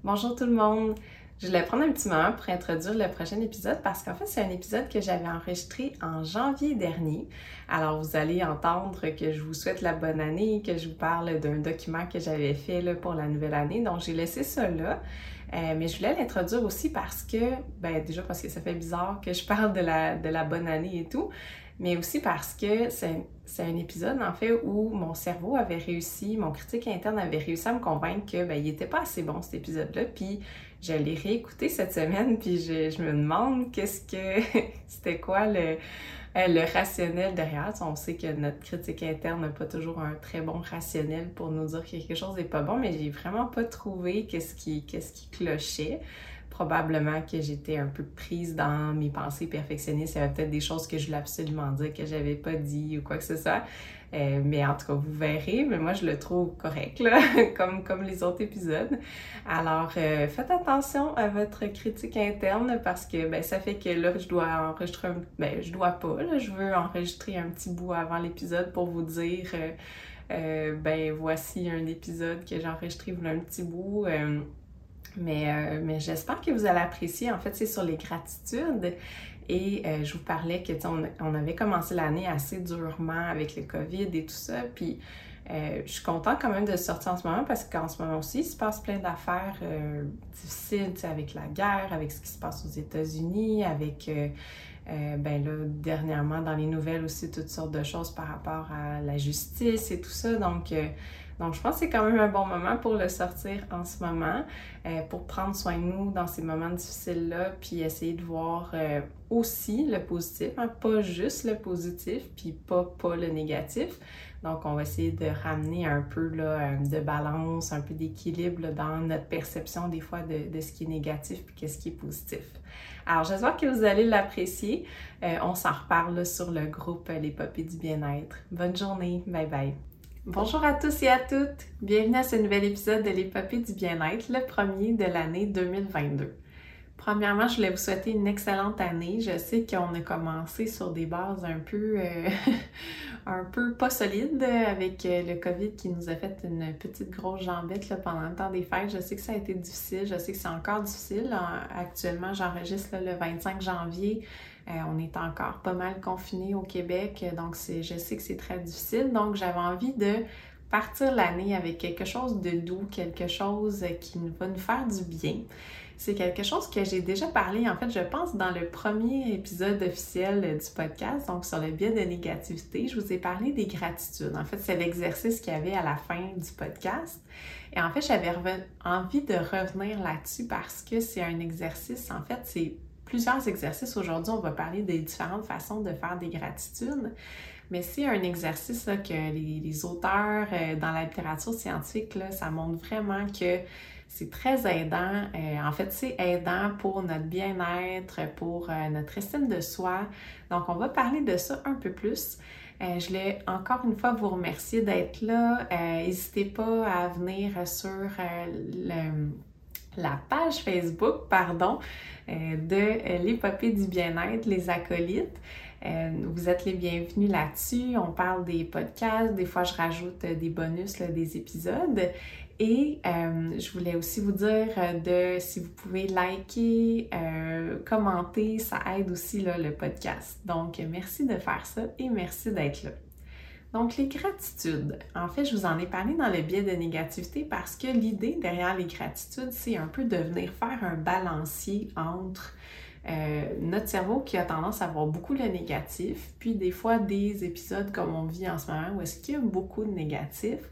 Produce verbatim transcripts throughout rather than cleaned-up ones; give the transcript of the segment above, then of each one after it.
Bonjour tout le monde! Je voulais prendre un petit moment pour introduire le prochain épisode parce qu'en fait, c'est un épisode que j'avais enregistré en janvier dernier. Alors, vous allez entendre que je vous souhaite la bonne année, que je vous parle d'un document que j'avais fait là, pour la nouvelle année. Donc, j'ai laissé ça là. Euh, mais je voulais l'introduire aussi parce que, ben déjà parce que ça fait bizarre que je parle de la, de la bonne année et tout, mais aussi parce que c'est c'est un épisode, en fait, où mon cerveau avait réussi, mon critique interne avait réussi à me convaincre que, ben, il était pas assez bon, cet épisode-là, puis je l'ai réécouté cette semaine, puis je, je me demande qu'est-ce que... c'était quoi le, le rationnel derrière. On sait que notre critique interne n'a pas toujours un très bon rationnel pour nous dire que quelque chose n'est pas bon, mais j'ai vraiment pas trouvé qu'est-ce qui, qu'est-ce qui clochait. Probablement que j'étais un peu prise dans mes pensées perfectionnistes. Il y avait peut-être des choses que je voulais absolument dire que j'avais pas dit ou quoi que ce soit. Euh, mais en tout cas, vous verrez. Mais moi, je le trouve correct, là, comme, comme les autres épisodes. Alors, euh, faites attention à votre critique interne parce que ben, ça fait que là, je dois enregistrer un... Ben, je dois pas, là. Je veux enregistrer un petit bout avant l'épisode pour vous dire... Euh, euh, ben, voici un épisode que j'ai enregistré il y a un petit bout. Euh, Mais, euh, mais j'espère que vous allez apprécier. En fait, c'est sur les gratitudes. Et euh, je vous parlais que on, on avait commencé l'année assez durement avec le COVID et tout ça. Puis euh, je suis contente quand même de sortir en ce moment parce qu'en ce moment aussi, il se passe plein d'affaires euh, difficiles, avec la guerre, avec ce qui se passe aux États-Unis, avec euh, euh, ben là, dernièrement dans les nouvelles aussi, toutes sortes de choses par rapport à la justice et tout ça. Donc, euh, Donc, je pense que c'est quand même un bon moment pour le sortir en ce moment, euh, pour prendre soin de nous dans ces moments difficiles-là, puis essayer de voir euh, aussi le positif, hein, pas juste le positif, puis pas, pas le négatif. Donc, on va essayer de ramener un peu là, de balance, un peu d'équilibre là, dans notre perception des fois de, de ce qui est négatif puis qu'est-ce qui est positif. Alors, j'espère que vous allez l'apprécier. Euh, on s'en reparle là, sur le groupe Les Popées du bien-être. Bonne journée, bye bye! Bonjour à tous et à toutes! Bienvenue à ce nouvel épisode de l'Épopée du bien-être, le premier de l'année deux mille vingt-deux. Premièrement, je voulais vous souhaiter une excellente année. Je sais qu'on a commencé sur des bases un peu, euh, un peu pas solides avec le COVID qui nous a fait une petite grosse jambette là, pendant le temps des fêtes. Je sais que ça a été difficile, je sais que c'est encore difficile. Actuellement, j'enregistre là, le vingt-cinq janvier. Euh, on est encore pas mal confinés au Québec, donc c'est, je sais que c'est très difficile. Donc, j'avais envie de partir l'année avec quelque chose de doux, quelque chose qui va nous faire du bien. C'est quelque chose que j'ai déjà parlé, en fait, je pense, dans le premier épisode officiel du podcast, donc sur le biais de négativité. Je vous ai parlé des gratitudes. En fait, c'est l'exercice qu'il y avait à la fin du podcast. Et en fait, j'avais envie de revenir là-dessus parce que c'est un exercice, en fait, c'est plusieurs exercices. Aujourd'hui, on va parler des différentes façons de faire des gratitudes. Mais c'est un exercice là, que les, les auteurs euh, dans la littérature scientifique, là, ça montre vraiment que c'est très aidant. Euh, en fait, c'est aidant pour notre bien-être, pour euh, notre estime de soi. Donc, on va parler de ça un peu plus. Euh, je voulais encore une fois vous remercier d'être là. Euh, n'hésitez pas à venir sur euh, le... la page Facebook, pardon, euh, de l'Épopée du bien-être, les acolytes. Euh, vous êtes les bienvenus là-dessus. On parle des podcasts. Des fois, je rajoute des bonus, là, des épisodes. Et euh, je voulais aussi vous dire de si vous pouvez liker, euh, commenter, ça aide aussi là, le podcast. Donc, merci de faire ça et merci d'être là. Donc, les gratitudes. En fait, je vous en ai parlé dans le biais de négativité parce que l'idée derrière les gratitudes, c'est un peu de venir faire un balancier entre euh, notre cerveau qui a tendance à voir beaucoup le négatif, puis des fois des épisodes comme on vit en ce moment où est-ce qu'il y a beaucoup de négatifs,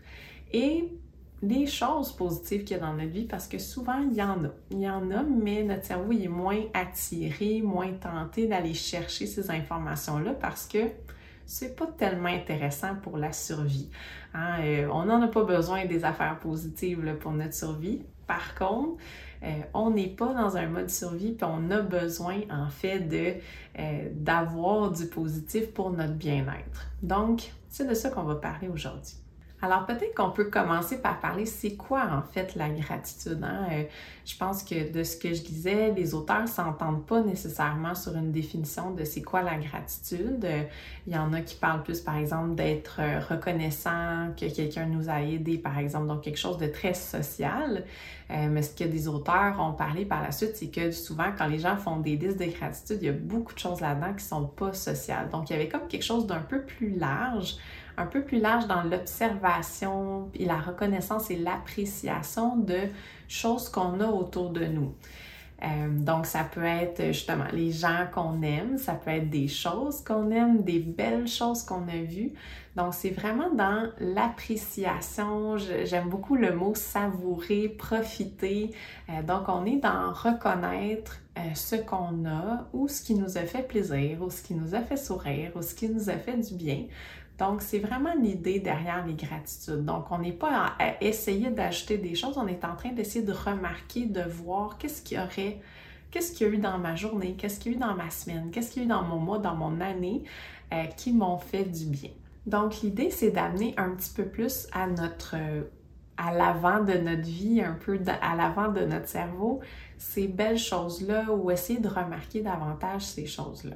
et les choses positives qu'il y a dans notre vie parce que souvent, il y en a. Il y en a, mais notre cerveau il est moins attiré, moins tenté d'aller chercher ces informations-là parce que c'est pas tellement intéressant pour la survie. Hein? Euh, on n'en a pas besoin des affaires positives là, pour notre survie. Par contre, euh, on n'est pas dans un mode survie puis on a besoin en fait de, euh, d'avoir du positif pour notre bien-être. Donc, c'est de ça qu'on va parler aujourd'hui. Alors peut-être qu'on peut commencer par parler c'est quoi en fait la gratitude. Hein? Euh, je pense que de ce que je disais, les auteurs s'entendent pas nécessairement sur une définition de c'est quoi la gratitude. Euh, il y en a qui parlent plus par exemple d'être euh, reconnaissant que quelqu'un nous a aidé par exemple, donc quelque chose de très social. Euh, mais ce que des auteurs ont parlé par la suite, c'est que souvent quand les gens font des listes de gratitude, il y a beaucoup de choses là-dedans qui sont pas sociales. Donc il y avait comme quelque chose d'un peu plus large, un peu plus large dans l'observation et la reconnaissance et l'appréciation de choses qu'on a autour de nous. Euh, donc, ça peut être justement les gens qu'on aime, ça peut être des choses qu'on aime, des belles choses qu'on a vues. Donc, c'est vraiment dans l'appréciation. J'aime beaucoup le mot savourer, profiter. Euh, donc, on est dans reconnaître euh, ce qu'on a ou ce qui nous a fait plaisir ou ce qui nous a fait sourire ou ce qui nous a fait du bien. Donc, c'est vraiment l'idée derrière les gratitudes. Donc, on n'est pas à essayer d'ajouter des choses, on est en train d'essayer de remarquer, de voir qu'est-ce qu'il y aurait, qu'est-ce qu'il y a eu dans ma journée, qu'est-ce qu'il y a eu dans ma semaine, qu'est-ce qu'il y a eu dans mon mois, dans mon année, euh, qui m'ont fait du bien. Donc, l'idée, c'est d'amener un petit peu plus à notre, euh, à l'avant de notre vie, un peu à l'avant de notre cerveau, ces belles choses-là, ou essayer de remarquer davantage ces choses-là.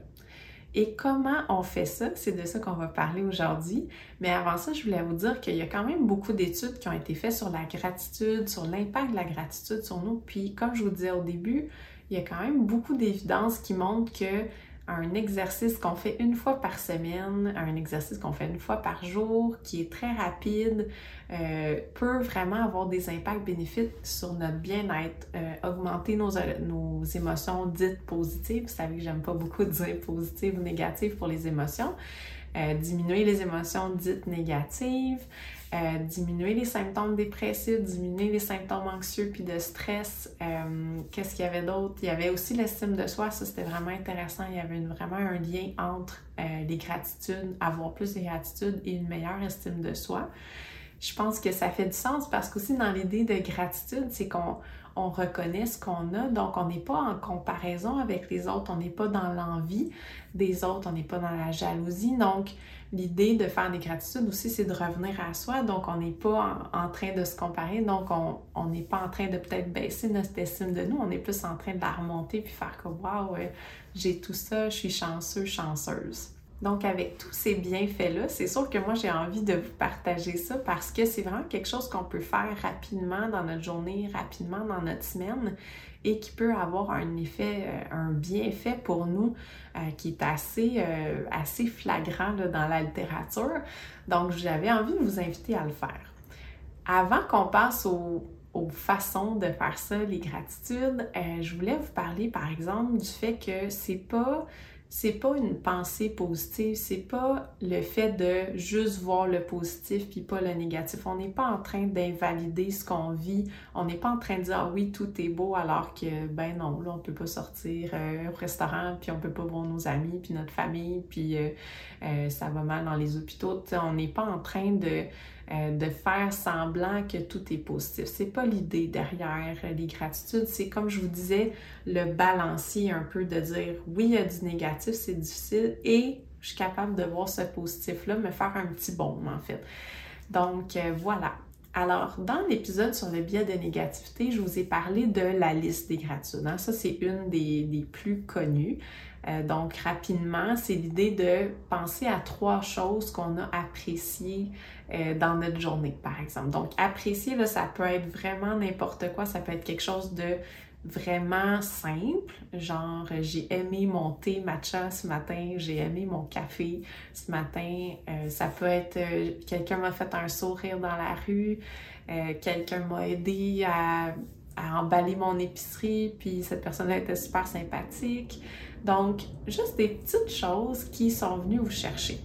Et comment on fait ça? C'est de ça qu'on va parler aujourd'hui. Mais avant ça, je voulais vous dire qu'il y a quand même beaucoup d'études qui ont été faites sur la gratitude, sur l'impact de la gratitude sur nous. Puis, comme je vous disais au début, il y a quand même beaucoup d'évidences qui montrent que un exercice qu'on fait une fois par semaine, un exercice qu'on fait une fois par jour, qui est très rapide, euh, peut vraiment avoir des impacts bénéfiques sur notre bien-être, euh, augmenter nos, nos émotions dites positives. Vous savez que j'aime pas beaucoup dire positives ou négatives pour les émotions. Euh, diminuer les émotions dites négatives, euh, diminuer les symptômes dépressifs, diminuer les symptômes anxieux puis de stress. Euh, qu'est-ce qu'il y avait d'autre? Il y avait aussi l'estime de soi, ça c'était vraiment intéressant. Il y avait une, vraiment un lien entre euh, les gratitudes, avoir plus de gratitude et une meilleure estime de soi. Je pense que ça fait du sens parce qu'aussi dans l'idée de gratitude, c'est qu'on on reconnaît ce qu'on a, donc on n'est pas en comparaison avec les autres, on n'est pas dans l'envie des autres, on n'est pas dans la jalousie. Donc, l'idée de faire des gratitudes aussi, c'est de revenir à soi, donc on n'est pas en, en train de se comparer, donc on n'est pas en train de peut-être baisser notre estime de nous, on est plus en train de la remonter puis faire comme « Wow, j'ai tout ça, je suis chanceux, chanceuse ». Donc, avec tous ces bienfaits-là, c'est sûr que moi, j'ai envie de vous partager ça parce que c'est vraiment quelque chose qu'on peut faire rapidement dans notre journée, rapidement dans notre semaine et qui peut avoir un effet, un bienfait pour nous euh, qui est assez, euh, assez flagrant là, dans la littérature. Donc, j'avais envie de vous inviter à le faire. Avant qu'on passe au aux façons de faire ça, les gratitudes, euh, je voulais vous parler par exemple du fait que c'est pas c'est pas une pensée positive, c'est pas le fait de juste voir le positif puis pas le négatif. On n'est pas en train d'invalider ce qu'on vit, on n'est pas en train de dire ah oui, tout est beau alors que ben non, là on peut pas sortir euh, au restaurant puis on peut pas voir nos amis puis notre famille puis euh, euh, ça va mal dans les hôpitaux. T'sais, on n'est pas en train de Euh, de faire semblant que tout est positif. C'est pas l'idée derrière les gratitudes, c'est comme je vous disais, le balancier un peu de dire oui, il y a du négatif, c'est difficile et je suis capable de voir ce positif-là, me faire un petit baume en fait. Donc euh, voilà. Alors, dans l'épisode sur le biais de négativité, je vous ai parlé de la liste des gratitudes. Hein? Ça, c'est une des, des plus connues. Euh, donc, rapidement, c'est l'idée de penser à trois choses qu'on a appréciées euh, dans notre journée, par exemple. Donc, apprécier, là, ça peut être vraiment n'importe quoi. Ça peut être quelque chose de vraiment simple, genre j'ai aimé mon thé matcha ce matin, j'ai aimé mon café ce matin, euh, ça peut être euh, quelqu'un m'a fait un sourire dans la rue, euh, quelqu'un m'a aidé à, à emballer mon épicerie, puis cette personne-là était super sympathique. Donc, juste des petites choses qui sont venues vous chercher.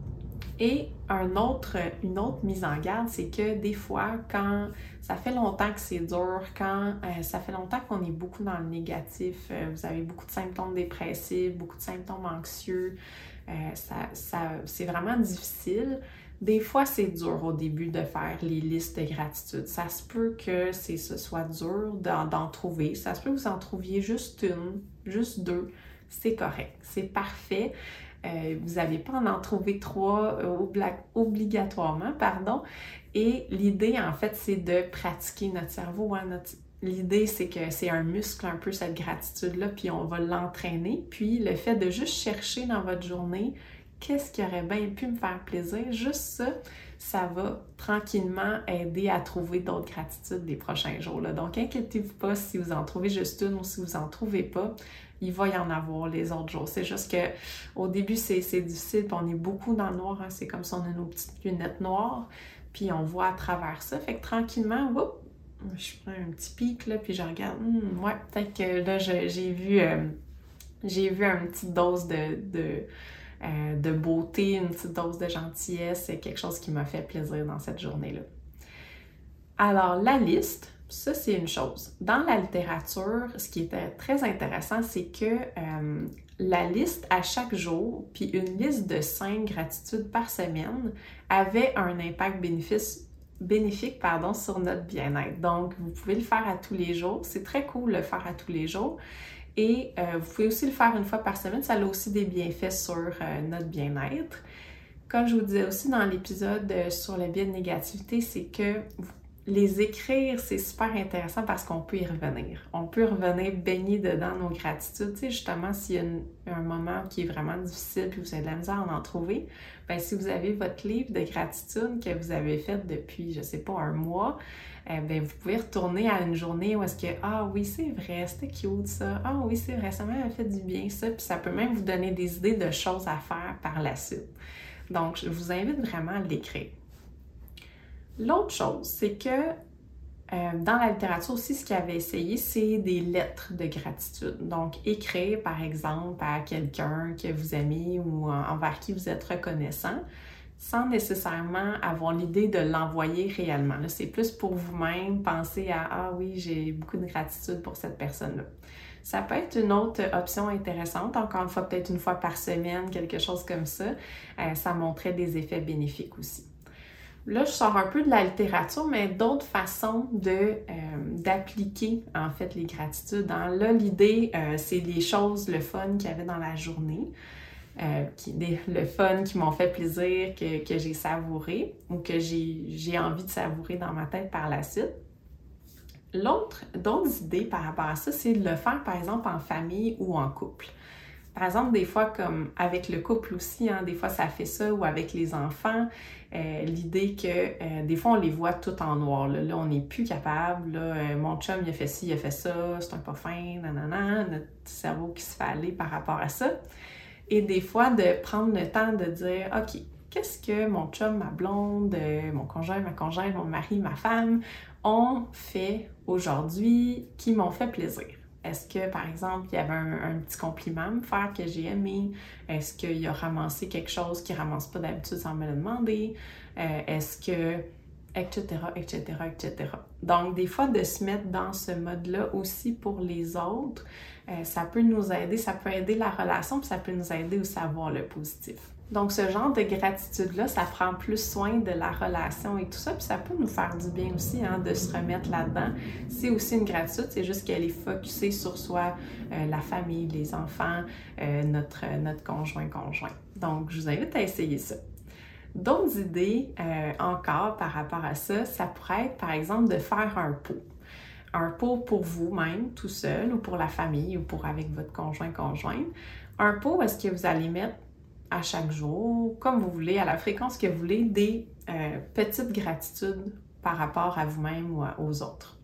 Et un autre, une autre mise en garde, c'est que des fois, quand ça fait longtemps que c'est dur, quand euh, ça fait longtemps qu'on est beaucoup dans le négatif, euh, vous avez beaucoup de symptômes dépressifs, beaucoup de symptômes anxieux, euh, ça, ça, c'est vraiment difficile. Des fois, c'est dur au début de faire les listes de gratitude. Ça se peut que c'est, ce soit dur d'en, d'en trouver. Ça se peut que vous en trouviez juste une, juste deux. C'est correct, c'est parfait. Euh, vous n'allez pas en en trouver trois euh, obla- obligatoirement, pardon. Et l'idée, en fait, c'est de pratiquer notre cerveau. Hein, notre... L'idée, c'est que c'est un muscle un peu, cette gratitude-là, puis on va l'entraîner. Puis le fait de juste chercher dans votre journée qu'est-ce qui aurait bien pu me faire plaisir, juste ça, ça va tranquillement aider à trouver d'autres gratitudes les prochains jours. Là. Donc, inquiétez-vous pas si vous en trouvez juste une ou si vous en trouvez pas. Il va y en avoir les autres jours. C'est juste que au début, c'est, c'est difficile, puis on est beaucoup dans le noir. Hein. C'est comme si on a nos petites lunettes noires, puis on voit à travers ça. Fait que tranquillement, whoop, je prends un petit pic, là, puis je regarde. Hmm, ouais, peut-être que là, je, j'ai vu euh, j'ai vu une petite dose de, de, euh, de beauté, une petite dose de gentillesse. C'est quelque chose qui m'a fait plaisir dans cette journée-là. Alors, la liste, ça, c'est une chose. Dans la littérature, ce qui était très intéressant, c'est que euh, la liste à chaque jour, puis une liste de cinq gratitudes par semaine, avait un impact bénéfice, bénéfique pardon, sur notre bien-être. Donc, vous pouvez le faire à tous les jours. C'est très cool de le faire à tous les jours. Et euh, vous pouvez aussi le faire une fois par semaine. Ça a aussi des bienfaits sur euh, notre bien-être. Comme je vous disais aussi dans l'épisode euh, sur le biais de négativité, c'est que vous les écrire, c'est super intéressant parce qu'on peut y revenir. On peut revenir baigner dedans nos gratitudes. Tu sais, justement, s'il y a une, un moment qui est vraiment difficile puis vous avez de la misère à en trouver, bien, si vous avez votre livre de gratitude que vous avez fait depuis, je sais pas, un mois, eh bien, vous pouvez retourner à une journée où est-ce que « Ah oui, c'est vrai, c'était cute ça. Ah oui, c'est vrai, ça m'a fait du bien ça. » Puis ça peut même vous donner des idées de choses à faire par la suite. Donc, je vous invite vraiment à l'écrire. L'autre chose, c'est que euh, dans la littérature aussi, ce qu'ils avaient essayé, c'est des lettres de gratitude. Donc, écrire, par exemple, à quelqu'un que vous aimez ou envers qui vous êtes reconnaissant, sans nécessairement avoir l'idée de l'envoyer réellement. Là, c'est plus pour vous-même, penser à « Ah oui, j'ai beaucoup de gratitude pour cette personne-là ». Ça peut être une autre option intéressante, encore une fois, peut-être une fois par semaine, quelque chose comme ça. Euh, ça montrait des effets bénéfiques aussi. Là, je sors un peu de la littérature, mais d'autres façons de, euh, d'appliquer, en fait, les gratitudes. Hein. Là, l'idée, euh, c'est les choses, le fun qu'il y avait dans la journée, euh, qui, des, le fun qui m'ont fait plaisir, que, que j'ai savouré ou que j'ai, j'ai envie de savourer dans ma tête par la suite. L'autre, d'autres idées par rapport à ça, c'est de le faire, par exemple, en famille ou en couple. Par exemple, des fois, comme avec le couple aussi, hein, des fois ça fait ça, ou avec les enfants, euh, l'idée que euh, des fois on les voit tout en noir. Là, là on n'est plus capable, là, euh, mon chum il a fait ci, il a fait ça, c'est un pas fin, nanana, notre cerveau qui se fait aller par rapport à ça. Et des fois, de prendre le temps de dire, OK, qu'est-ce que mon chum, ma blonde, euh, mon conjoint, ma conjointe, mon mari, ma femme ont fait aujourd'hui qui m'ont fait plaisir? Est-ce que, par exemple, il y avait un, un petit compliment à me faire que j'ai aimé? Est-ce qu'il a ramassé quelque chose qu'il ne ramasse pas d'habitude sans me le demander? Euh, est-ce que... etc., et cetera, et cetera. Donc, des fois, de se mettre dans ce mode-là aussi pour les autres, euh, ça peut nous aider, ça peut aider la relation, puis ça peut nous aider aussi à voir le positif. Donc, ce genre de gratitude-là, ça prend plus soin de la relation et tout ça, puis ça peut nous faire du bien aussi, hein, de se remettre là-dedans. C'est aussi une gratitude, c'est juste qu'elle est focusée sur soi, euh, la famille, les enfants, euh, notre, notre conjoint-conjoint. Donc, je vous invite à essayer ça. D'autres idées euh, encore par rapport à ça, ça pourrait être, par exemple, de faire un pot. Un pot pour vous-même, tout seul, ou pour la famille, ou pour avec votre conjoint-conjointe. Un pot où est-ce que vous allez mettre à chaque jour, comme vous voulez, à la fréquence que vous voulez, des euh, petites gratitudes par rapport à vous-même ou à, aux autres.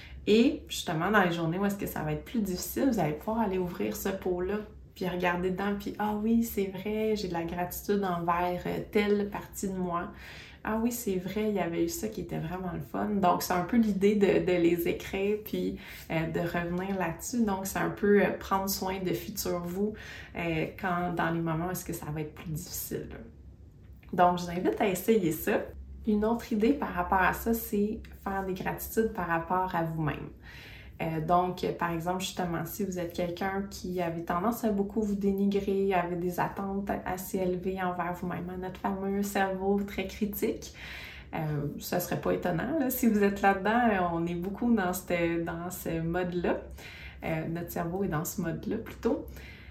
Et justement, dans les journées où est-ce que ça va être plus difficile, vous allez pouvoir aller ouvrir ce pot-là, puis regarder dedans, puis « Ah oui, c'est vrai, j'ai de la gratitude envers telle partie de moi. Ah oui, c'est vrai, il y avait eu ça qui était vraiment le fun. » Donc, c'est un peu l'idée de, de les écrire, puis euh, de revenir là-dessus. Donc, c'est un peu euh, prendre soin de futur vous euh, quand, dans les moments où est-ce que ça va être plus difficile. Donc, je vous invite à essayer ça. Une autre idée par rapport à ça, c'est faire des gratitudes par rapport à vous-même. Euh, donc, par exemple, justement, si vous êtes quelqu'un qui avait tendance à beaucoup vous dénigrer, avait des attentes assez élevées envers vous-même, notre fameux cerveau très critique, euh, ça serait pas étonnant. Là, si vous êtes là-dedans, on est beaucoup dans, cette, dans ce mode-là. Euh, notre cerveau est dans ce mode-là plutôt.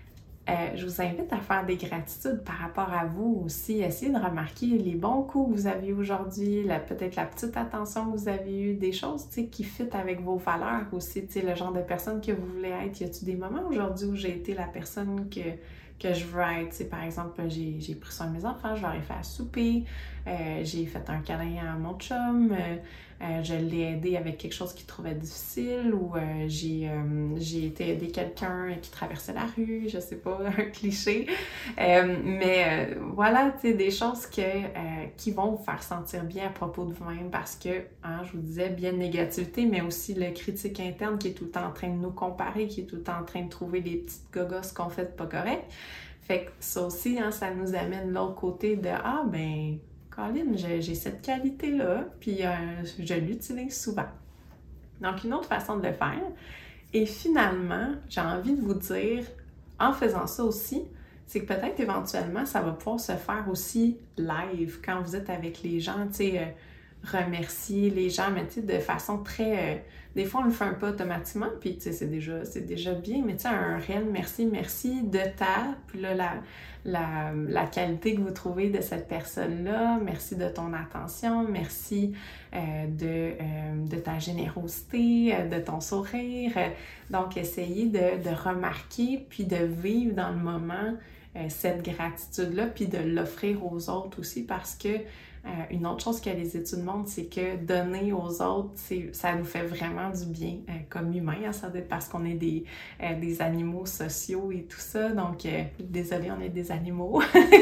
euh, je vous invite à faire des gratitudes par rapport à vous aussi. Essayez de remarquer les bons coups que vous avez aujourd'hui, la, peut-être la petite attention que vous avez eue, des choses qui fit avec vos valeurs aussi, le genre de personne que vous voulez être. Y a-t-il des moments aujourd'hui où j'ai été la personne que, que je veux être? T'sais, par exemple, j'ai, j'ai pris soin de mes enfants, je leur ai fait à souper, euh, j'ai fait un câlin à mon chum, euh, euh, je l'ai aidé avec quelque chose qu'il trouvait difficile, ou euh, j'ai, euh, j'ai été aider quelqu'un qui traversait la rue, je sais pas, un cliché. Euh, mais euh, voilà, tu sais, des choses que, euh, qui vont vous faire sentir bien à propos de vous-même, parce que, hein, je vous disais, bien de négativité, mais aussi le critique interne qui est tout le temps en train de nous comparer, qui est tout le temps en train de trouver des petites gogosses qu'on fait de pas correct. Fait que ça aussi, hein, ça nous amène de l'autre côté de « Ah, ben, Colin, j'ai, j'ai cette qualité-là, puis euh, je l'utilise souvent. » Donc, une autre façon de le faire. Et finalement, j'ai envie de vous dire, en faisant ça aussi, c'est que peut-être éventuellement, ça va pouvoir se faire aussi live quand vous êtes avec les gens, tu sais, euh, remercier les gens, mais tu sais, de façon très... Euh, des fois, on le fait un peu automatiquement, puis tu sais, c'est déjà, c'est déjà bien, mais tu sais, un réel merci, merci de ta, puis là, la, la, la qualité que vous trouvez de cette personne-là, merci de ton attention, merci euh, de, euh, de ta générosité, euh, de ton sourire. Donc, essayez de, de remarquer, puis de vivre dans le moment euh, cette gratitude-là, puis de l'offrir aux autres aussi, parce que Euh, une autre chose que les études montrent, c'est que donner aux autres, c'est, ça nous fait vraiment du bien euh, comme humains. Hein, ça doit être parce qu'on est des, euh, des animaux sociaux et tout ça. Donc, euh, désolée, on est des animaux.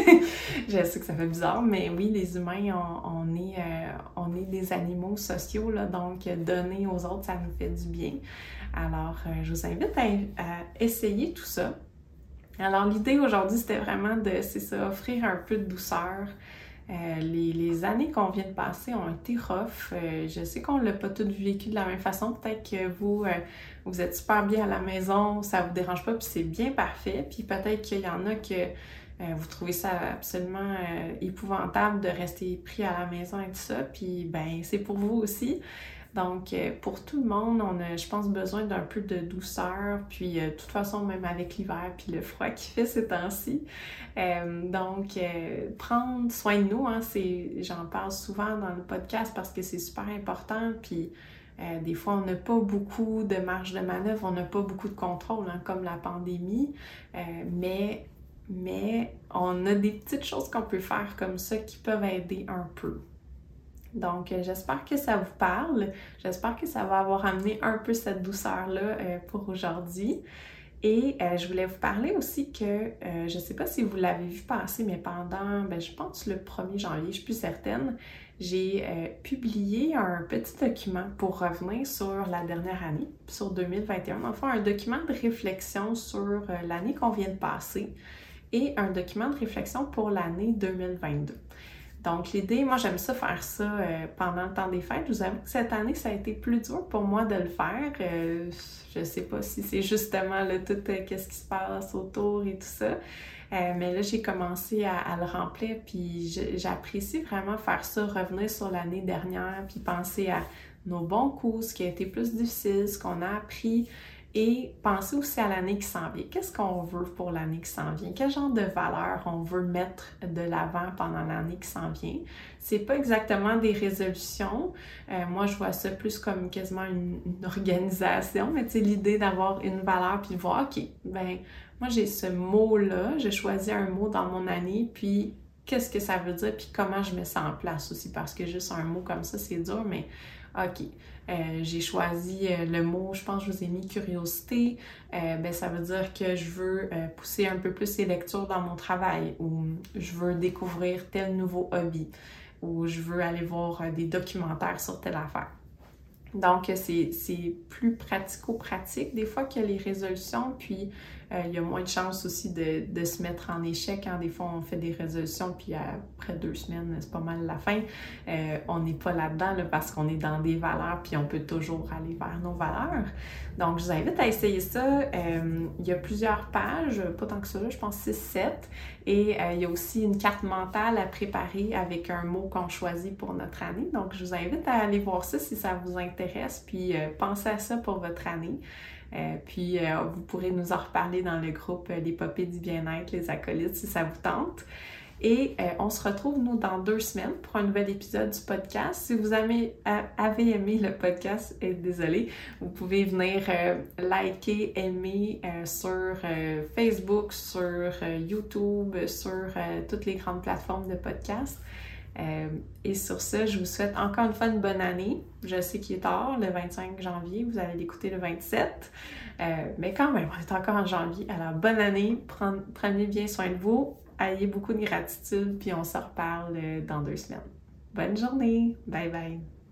Je sais que ça fait bizarre, mais oui, les humains, on, on, est, euh, on est des animaux sociaux. Là, donc, donner aux autres, ça nous fait du bien. Alors, euh, je vous invite à, à essayer tout ça. Alors, l'idée aujourd'hui, c'était vraiment de, c'est ça, offrir un peu de douceur. Euh, les, les années qu'on vient de passer ont été rough. Euh, je sais qu'on ne l'a pas toutes vécu de la même façon. Peut-être que vous, euh, vous êtes super bien à la maison, ça vous dérange pas, puis c'est bien parfait. Puis peut-être qu'il y en a que euh, vous trouvez ça absolument euh, épouvantable de rester pris à la maison et tout ça. Puis ben c'est pour vous aussi. Donc, pour tout le monde, on a, je pense, besoin d'un peu de douceur, puis euh, de toute façon, même avec l'hiver, puis le froid qui fait ces temps-ci. Euh, donc, euh, prendre soin de nous, hein, c'est, j'en parle souvent dans le podcast parce que c'est super important, puis euh, des fois, on n'a pas beaucoup de marge de manœuvre, on n'a pas beaucoup de contrôle, hein, comme la pandémie, euh, mais, mais on a des petites choses qu'on peut faire comme ça qui peuvent aider un peu. Donc, euh, j'espère que ça vous parle. J'espère que ça va avoir amené un peu cette douceur-là euh, pour aujourd'hui. Et euh, je voulais vous parler aussi que, euh, je ne sais pas si vous l'avez vu passer, mais pendant, ben, je pense le premier janvier, je ne suis plus certaine, j'ai euh, publié un petit document pour revenir sur la dernière année, sur deux mille vingt et un. Enfin, un document de réflexion sur euh, l'année qu'on vient de passer et un document de réflexion pour l'année deux mille vingt-deux. Donc, l'idée, moi, j'aime ça faire ça euh, pendant le temps des fêtes. Je vous avoue que cette année, ça a été plus dur pour moi de le faire. Euh, je sais pas si c'est justement là, tout euh, qu'est-ce qui se passe autour et tout ça. Euh, mais là, j'ai commencé à, à le remplir, puis je, j'apprécie vraiment faire ça, revenir sur l'année dernière, puis penser à nos bons coups, ce qui a été plus difficile, ce qu'on a appris, et penser aussi à l'année qui s'en vient. Qu'est-ce qu'on veut pour l'année qui s'en vient? Quel genre de valeurs on veut mettre de l'avant pendant l'année qui s'en vient? C'est pas exactement des résolutions. Euh, moi, je vois ça plus comme quasiment une, une organisation, mais tu sais, l'idée d'avoir une valeur puis de voir, OK, ben moi, j'ai ce mot-là, j'ai choisi un mot dans mon année, puis qu'est-ce que ça veut dire, puis comment je mets ça en place aussi, parce que juste un mot comme ça, c'est dur, mais OK. Euh, j'ai choisi euh, le mot, je pense que je vous ai mis curiosité, euh, ben ça veut dire que je veux euh, pousser un peu plus les lectures dans mon travail, ou je veux découvrir tel nouveau hobby, ou je veux aller voir euh, des documentaires sur telle affaire. Donc, c'est, c'est plus pratico-pratique des fois que les résolutions, puis euh, il y a moins de chances aussi de, de se mettre en échec quand des fois on fait des résolutions, puis après deux semaines, c'est pas mal la fin. Euh, on n'est pas là-dedans là, parce qu'on est dans des valeurs, puis on peut toujours aller vers nos valeurs. Donc, je vous invite à essayer ça. Euh, il y a plusieurs pages, pas tant que ça, là, je pense six sept, et euh, il y a aussi une carte mentale à préparer avec un mot qu'on choisit pour notre année. Donc, je vous invite à aller voir ça si ça vous intéresse. intéresse, puis euh, pensez à ça pour votre année. Euh, puis euh, vous pourrez nous en reparler dans le groupe euh, Les Popées du bien-être, les acolytes, si ça vous tente. Et euh, on se retrouve, nous, dans deux semaines pour un nouvel épisode du podcast. Si vous avez, avez aimé le podcast, et désolé, vous pouvez venir euh, liker, aimer euh, sur euh, Facebook, sur euh, YouTube, sur euh, toutes les grandes plateformes de podcast. Euh, et sur ça, je vous souhaite encore une fois une bonne année. Je sais qu'il est tard, le vingt-cinq janvier, vous allez l'écouter le vingt-sept. Euh, mais quand même, on est encore en janvier. Alors, bonne année, prenez, prenez bien soin de vous. Ayez beaucoup de gratitude, puis on se reparle dans deux semaines. Bonne journée! Bye bye!